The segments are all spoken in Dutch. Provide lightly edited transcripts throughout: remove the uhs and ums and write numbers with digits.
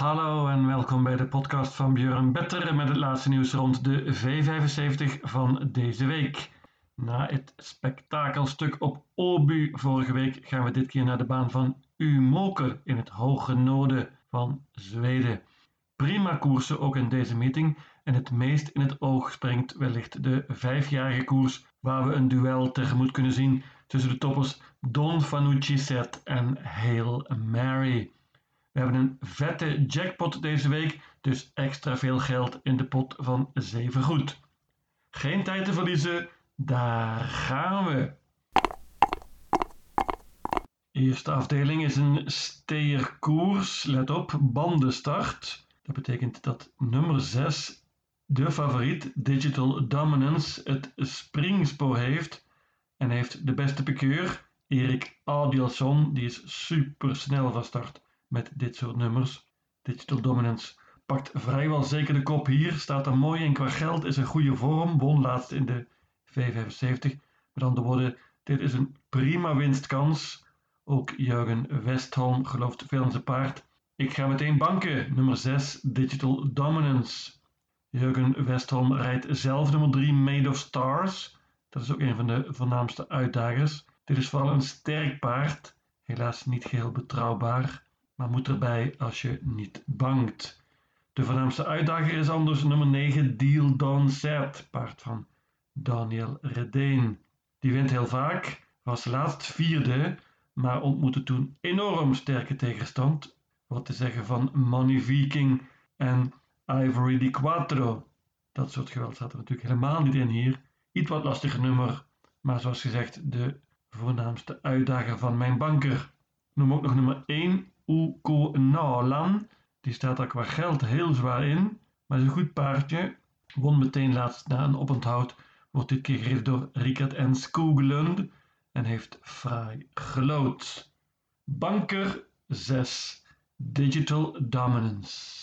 Hallo en welkom bij de podcast van Björn Better met het laatste nieuws rond de V75 van deze week. Na het spektakelstuk op Åby vorige week gaan we dit keer naar de baan van Umeå in het hoge noorden van Zweden. Prima koersen ook in deze meeting en het meest in het oog springt wellicht de 5-jarige koers waar we een duel tegemoet kunnen zien tussen de toppers Don Fanucci Set en Hail Mary. We hebben een vette jackpot deze week, dus extra veel geld in de pot van 7 goed. Geen tijd te verliezen, daar gaan we. Eerste afdeling is een steerkoers. Let op, bandenstart. Dat betekent dat nummer 6, de favoriet Digital Dominance, het springspoor heeft. En heeft de beste piqueur, Erik Adielsson, die is super snel van start met dit soort nummers. Digital Dominance pakt vrijwel zeker de kop hier, staat er mooi in qua geld, is een goede vorm, won laatst in de V75. Met andere woorden, dit is een prima winstkans. Ook Jurgen Westholm gelooft veel in zijn paard. Ik ga meteen banken, nummer 6, Digital Dominance. Jurgen Westholm rijdt zelf nummer 3, Made of Stars. Dat is ook een van de voornaamste uitdagers. Dit is vooral een sterk paard, helaas niet geheel betrouwbaar, maar moet erbij als je niet bangt. De voornaamste uitdager is anders nummer 9, Deal Don Cert, paard van Daniel Redeen. Die wint heel vaak, was laatst 4e, maar ontmoette toen enorm sterke tegenstand. Wat te zeggen van Money Viking en Ivory di Quattro. Dat soort geweld staat er natuurlijk helemaal niet in hier. Iets wat lastiger nummer, maar zoals gezegd de voornaamste uitdager van mijn banker. Noem ook nog nummer 1, Uko Nalan. Die staat er qua geld heel zwaar in, maar is een goed paardje. Won meteen laatst na een oponthoud. Wordt dit keer gereden door Rickard en Skoglund en heeft fraai gelood. Banker 6, Digital Dominance.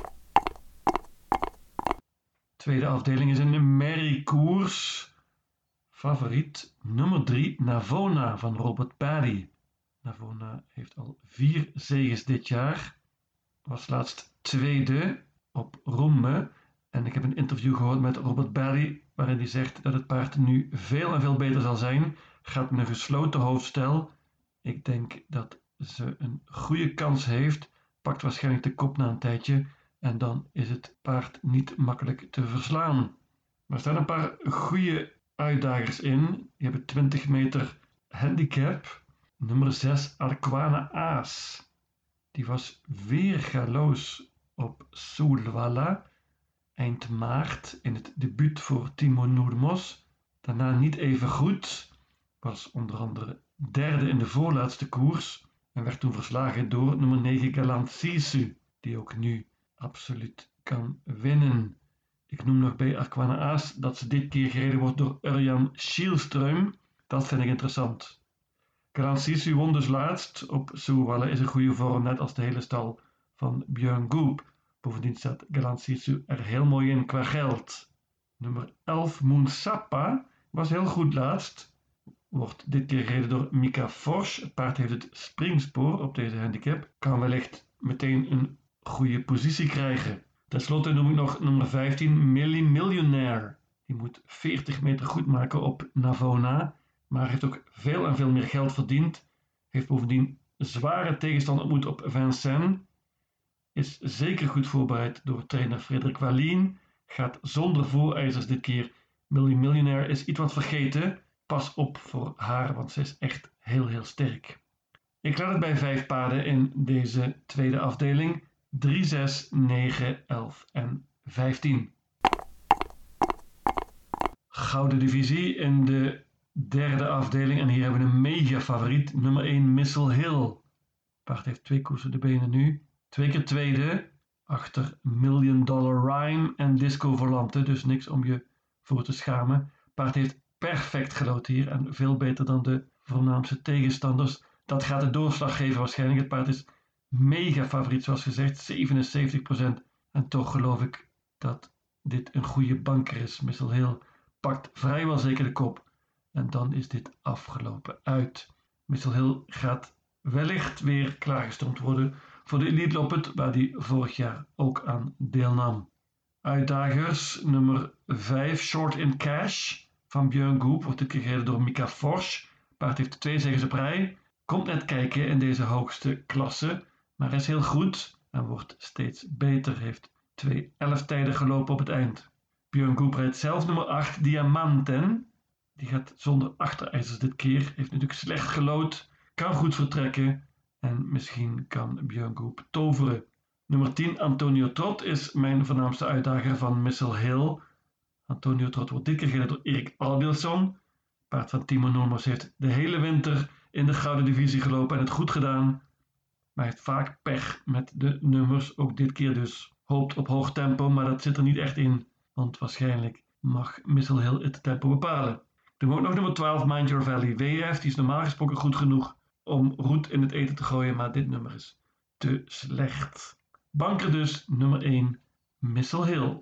Tweede afdeling is een merriekoers. Favoriet nummer 3, Navona van Robert Barry. Navona heeft al 4 zeges dit jaar. Was laatst 2e op Romme. En ik heb een interview gehoord met Robert Barry waarin hij zegt dat het paard nu veel en veel beter zal zijn. Gaat met een gesloten hoofdstel. Ik denk dat ze een goede kans heeft. Pakt waarschijnlijk de kop na een tijdje. En dan is het paard niet makkelijk te verslaan. Maar er staan een paar goede uitdagers in. Die hebben 20 meter handicap. Nummer 6, Arquana Aas. Die was weer galoos op Solvalla eind maart in het debuut voor Timo Nurmos. Daarna niet even goed. Was onder andere 3e in de voorlaatste koers. En werd toen verslagen door nummer 9, Galant Sisu. Die ook nu absoluut kan winnen. Ik noem nog bij Arquana Aas dat ze dit keer gereden wordt door Örjan Kihlström. Dat vind ik interessant. Galant Sisu won dus laatst op Solvalla, is een goede vorm, net als de hele stal van Björn Goop. Bovendien staat Galant Sisu er heel mooi in qua geld. Nummer 11, Moonsappa, was heel goed laatst. Wordt dit keer gereden door Mika Forsch. Het paard heeft het springspoor op deze handicap. Kan wellicht meteen een goede positie krijgen. Ten slotte noem ik nog nummer 15, Milli Millionaire. Die moet 40 meter goed maken op Navona, maar heeft ook veel en veel meer geld verdiend. Heeft bovendien zware tegenstand ontmoet op Vincennes. Is zeker goed voorbereid door trainer Frederik Wallien. Gaat zonder voorijzers dit keer. Milli Millionaire is iets wat vergeten. Pas op voor haar, want ze is echt heel sterk. Ik laat het bij 5 paarden in deze tweede afdeling. 3, 6, 9, 11 en 15. Gouden divisie in de derde afdeling. En hier hebben we een mega favoriet. Nummer 1, Missile Hill. Paard heeft 2 koersen de benen nu. 2 keer tweede. Achter $1 Million Rhyme en Disco Volante. Dus niks om je voor te schamen. Paard heeft perfect gelood hier. En veel beter dan de voornaamste tegenstanders. Dat gaat de doorslag geven waarschijnlijk. Het paard is mega favoriet zoals gezegd. 77%. En toch geloof ik dat dit een goede banker is. Missile Hill pakt vrijwel zeker de kop. En dan is dit afgelopen uit. Missile Hill gaat wellicht weer klaargestoomd worden voor de Elite Loppet, waar hij vorig jaar ook aan deelnam. Uitdagers nummer 5, Short in Cash van Björn Goop, wordt dit keer gereden door Mika Forsch. Paard heeft 2 zegens op rij, komt net kijken in deze hoogste klasse, maar is heel goed en wordt steeds beter. Heeft 2 11-tijden gelopen op het eind. Björn Goop rijdt zelf nummer 8, Diamanten. Die gaat zonder achterijzers dit keer, heeft natuurlijk slecht gelood, kan goed vertrekken en misschien kan Björn Goop toveren. Nummer 10, Antonio Trot, is mijn voornaamste uitdager van Missile Hill. Antonio Trot wordt dit keer gereden door Erik Albielson. Paard van Timo Noormans heeft de hele winter in de gouden divisie gelopen en het goed gedaan. Maar heeft vaak pech met de nummers, ook dit keer dus. Hoopt op hoog tempo, maar dat zit er niet echt in. Want waarschijnlijk mag Missile Hill het tempo bepalen. Doen we ook nog nummer 12, Mind Your Valley WF. Die is normaal gesproken goed genoeg om roet in het eten te gooien, maar dit nummer is te slecht. Banker dus, nummer 1, Missile Hill.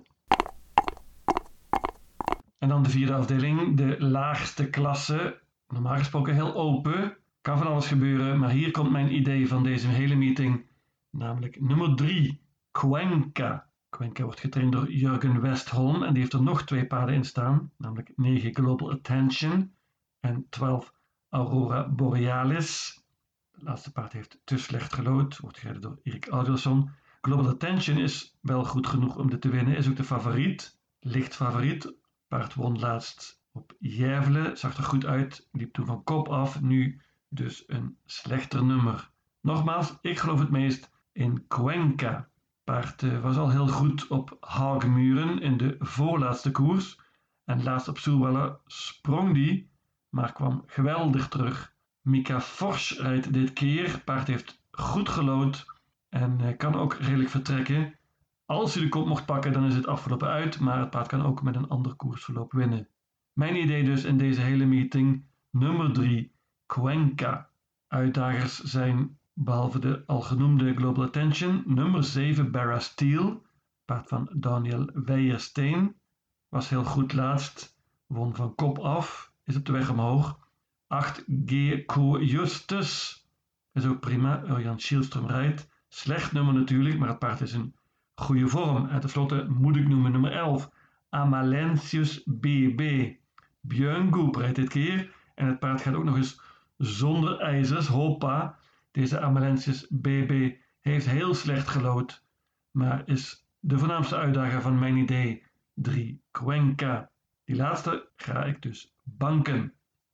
En dan de vierde afdeling, de laagste klasse. Normaal gesproken heel open, kan van alles gebeuren, maar hier komt mijn idee van deze hele meeting, namelijk nummer 3, Cuenca. Cuenca wordt getraind door Jurgen Westholm en die heeft er nog 2 paarden in staan, namelijk 9 Global Attention en 12 Aurora Borealis. Het laatste paard heeft te slecht gelood, wordt gereden door Erik Aldielson. Global Attention is wel goed genoeg om dit te winnen, is ook de favoriet, licht favoriet. Paard won laatst op Järvelen, zag er goed uit, liep toen van kop af, nu dus een slechter nummer. Nogmaals, ik geloof het meest in Cuenca. Paard was al heel goed op Haagmuren in de voorlaatste koers en laatst op Soerwelle sprong die, maar kwam geweldig terug. Mika Forsch rijdt dit keer, paard heeft goed gelood en kan ook redelijk vertrekken. Als hij de kop mocht pakken, dan is het afgelopen uit, maar het paard kan ook met een ander koersverloop winnen. Mijn idee dus in deze hele meeting, nummer 3, Cuenca. Uitdagers zijn, behalve de al genoemde Global Attention, nummer 7, Barra Steel, paard van Daniel Weijersteen. Was heel goed laatst, won van kop af, is op de weg omhoog. 8, G.Q. Justus, is ook prima, Urjan Schielström rijdt. Slecht nummer natuurlijk, maar het paard is in goede vorm. En tenslotte moet ik noemen nummer 11, Amalensius BB. Björn Goop rijdt dit keer en het paard gaat ook nog eens zonder ijzers. Hoppa, deze Amalensius BB heeft heel slecht gelood, maar is de voornaamste uitdager van mijn idee 3, Cuenca. Die laatste ga ik dus banken.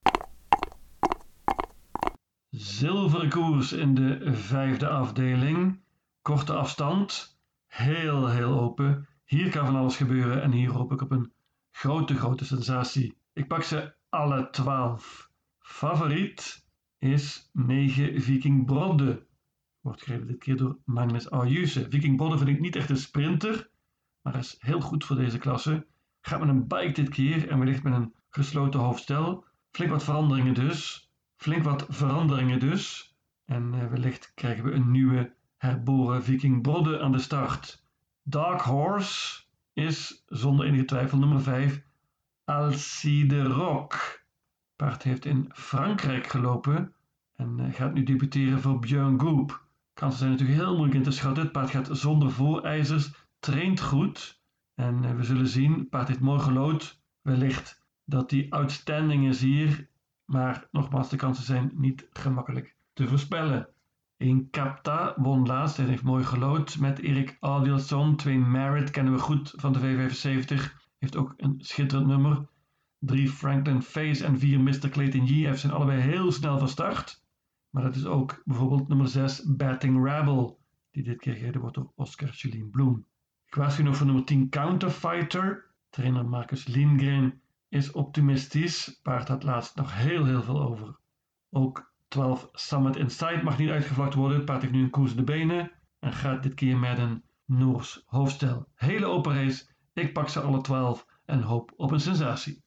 Zilveren koers in de vijfde afdeling. Korte afstand, heel open. Hier kan van alles gebeuren en hier hoop ik op een grote sensatie. Ik pak ze alle 12. Favoriet is 9 Viking Brodde. Wordt gereden dit keer door Magnus Ayuse. Viking Brodde vind ik niet echt een sprinter, maar is heel goed voor deze klasse. Gaat met een bike dit keer en wellicht met een gesloten hoofdstel. Flink wat veranderingen dus. En wellicht krijgen we een nieuwe herboren Viking Brodde aan de start. Dark Horse is zonder enige twijfel nummer 5, Alcide Rock. Paard heeft in Frankrijk gelopen en gaat nu debuteren voor Björn Goop. Kansen zijn natuurlijk heel moeilijk in te schatten. Het paard gaat zonder voorijzers, traint goed. En we zullen zien, het paard heeft mooi gelood. Wellicht dat die outstanding is hier. Maar nogmaals, de kansen zijn niet gemakkelijk te voorspellen. In Capta won laatst en heeft mooi gelood met Erik Adielson. 2 Merit kennen we goed van de V75. Heeft ook een schitterend nummer. 3 Franklin Face en 4 Mr. Clayton J.F. zijn allebei heel snel van start. Maar dat is ook bijvoorbeeld nummer 6 Batting Rebel, die dit keer gereden wordt door Oscar Julien Bloem. Ik waarschuw nog voor nummer 10 Counterfighter. Trainer Marcus Lindgren is optimistisch. Paard had laatst nog heel veel over. Ook 12 Summit Inside mag niet uitgevlakt worden. Het paard heeft nu een koers in de benen en gaat dit keer met een Noors hoofdstel. Hele open race. Ik pak ze alle 12 en hoop op een sensatie.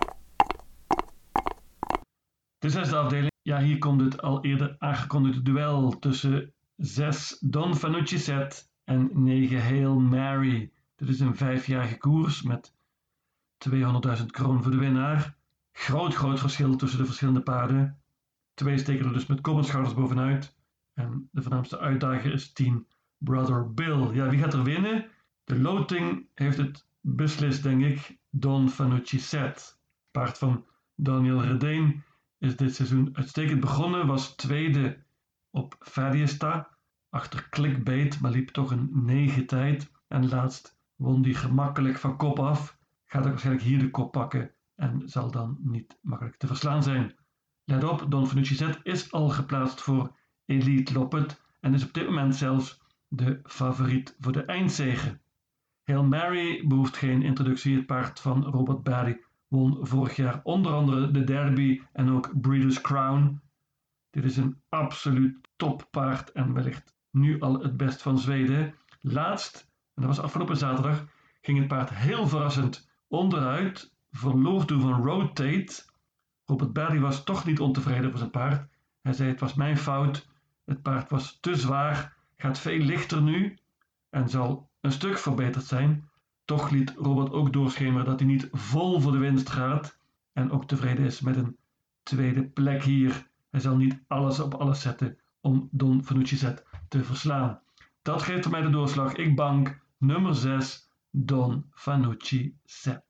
De zesde afdeling. Ja, hier komt het al eerder aangekondigde duel tussen 6 Don Fanucci Set en 9 Hail Mary. Dit is een 5-jarige koers met 200.000 kroon voor de winnaar. Groot verschil tussen de verschillende paarden. 2 steken er dus met kop en schouders bovenuit. En de voornaamste uitdager is 10 Brother Bill. Ja, wie gaat er winnen? De loting heeft het beslist, denk ik. Don Fanucci Set. Paard van Daniel Redeen is dit seizoen uitstekend begonnen. Was tweede op Fadiesta. Achter Clickbait, maar liep toch een 9 tijd. En laatst won die gemakkelijk van kop af. Gaat ook waarschijnlijk hier de kop pakken. En zal dan niet makkelijk te verslaan zijn. Let op, Don Fanucci Set is al geplaatst voor Elite Loppet. En is op dit moment zelfs de favoriet voor de eindzege. Hail Mary behoeft geen introductie. Het paard van Robert Barry won vorig jaar onder andere de Derby en ook Breeders' Crown. Dit is een absoluut toppaard en wellicht nu al het best van Zweden. Laatst, en dat was afgelopen zaterdag, ging het paard heel verrassend onderuit, verloor toen van Rotate. Robert Barry was toch niet ontevreden over zijn paard. Hij zei: het was mijn fout, het paard was te zwaar, gaat veel lichter nu en zal een stuk verbeterd zijn. Toch liet Robert ook doorschemeren dat hij niet vol voor de winst gaat en ook tevreden is met een tweede plek hier. Hij zal niet alles op alles zetten om Don Fanucci Set te verslaan. Dat geeft voor mij de doorslag. Ik bank nummer 6, Don Fanucci Set.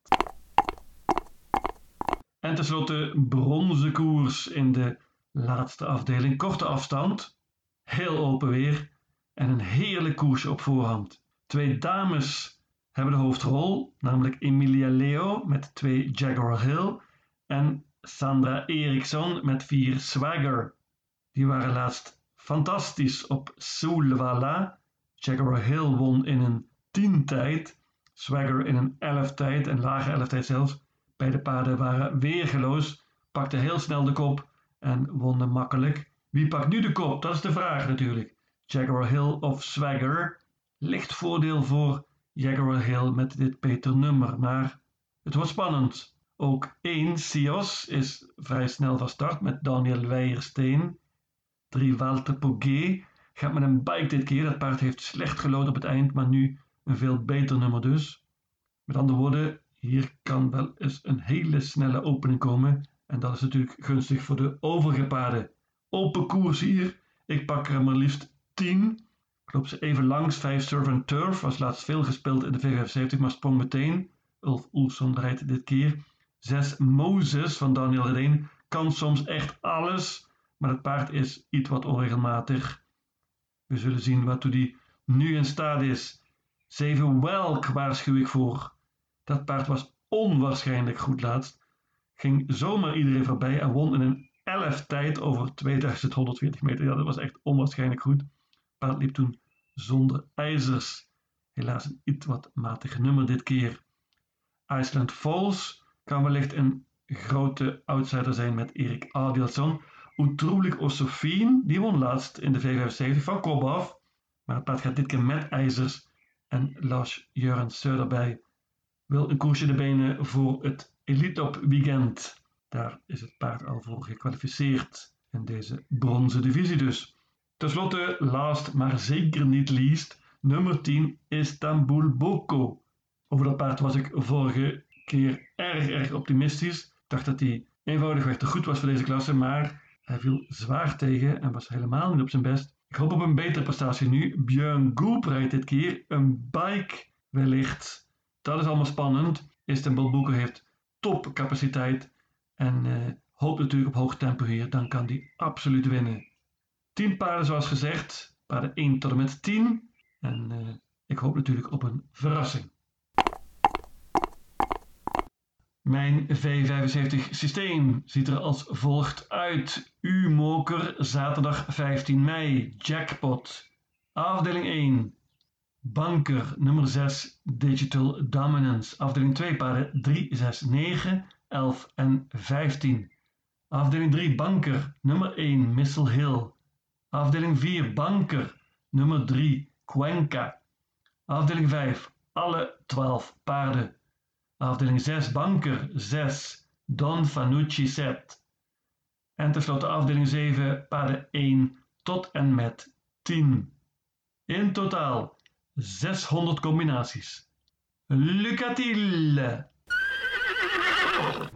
En tenslotte bronzen koers in de laatste afdeling. Korte afstand, heel open weer en een heerlijk koersje op voorhand. 2 dames hebben de hoofdrol, namelijk Emilia Leo met 2 Jaguar Hill en Sandra Eriksson met 4 Swagger. Die waren laatst fantastisch op Solvalla. Jaguar Hill won in een 10 tijd, Swagger in een 11 tijd en lage 11 tijd zelfs. Beide paarden waren weergeloos, pakten heel snel de kop en wonnen makkelijk. Wie pakt nu de kop? Dat is de vraag natuurlijk. Jaguar Hill of Swagger? Licht voordeel voor Jaguar Hill met dit beter nummer, maar het wordt spannend. Ook 1 Sios is vrij snel van start met Daniel Weijersteen. 3 Walter Poguet gaat met een bike dit keer. Dat paard heeft slecht gelood op het eind, maar nu een veel beter nummer dus. Met andere woorden, hier kan wel eens een hele snelle opening komen. En dat is natuurlijk gunstig voor de overige paarden. Open koers hier. Ik pak er maar liefst 10. Ik loop ze even langs. 5 Surf and Turf was laatst veel gespeeld in de V75, maar sprong meteen. Ulf Oelson rijdt dit keer. 6 Moses van Daniel Redeen kan soms echt alles, maar het paard is iets wat onregelmatig. We zullen zien waartoe die nu in staat is. 7 Welk waarschuw ik voor. Dat paard was onwaarschijnlijk goed laatst. Ging zomaar iedereen voorbij en won in een 11 tijd over 2140 meter. Ja, dat was echt onwaarschijnlijk goed. Het paard liep toen zonder ijzers. Helaas een iets wat matig nummer dit keer. Iceland Falls kan wellicht een grote outsider zijn met Erik Adielsson. Utrolijk Osofien, die won laatst in de V75 van kop af. Maar het paard gaat dit keer met ijzers. En Lars Jørgens erbij wil een koersje in de benen voor het Elite Top weekend. Daar is het paard al voor gekwalificeerd in deze bronzen divisie dus. Ten slotte, last maar zeker niet least, nummer 10 Istanbul Boko. Over dat paard was ik vorige keer erg optimistisch. Ik dacht dat hij eenvoudigweg te goed was voor deze klasse, maar hij viel zwaar tegen en was helemaal niet op zijn best. Ik hoop op een betere prestatie nu. Björn Goop rijdt dit keer, een bike wellicht. Dat is allemaal spannend. Istanbul Boko heeft topcapaciteit en hoopt natuurlijk op hoog tempo hier. Dan kan hij absoluut winnen. 10 paarden zoals gezegd, paarden 1 tot en met 10. En ik hoop natuurlijk op een verrassing. Mijn V75 systeem ziet er als volgt uit. U-moker, zaterdag 15 mei, jackpot. Afdeling 1, banker, nummer 6, Digital Dominance. Afdeling 2, paarden 3, 6, 9, 11 en 15. Afdeling 3, banker, nummer 1, Missile Hill. Afdeling 4, banker, nummer 3, Cuenca. Afdeling 5, alle 12 paarden. Afdeling 6, banker 6, Don Fanucci Set. En tenslotte afdeling 7, paarden 1 tot en met 10. In totaal 600 combinaties. Lucatiel!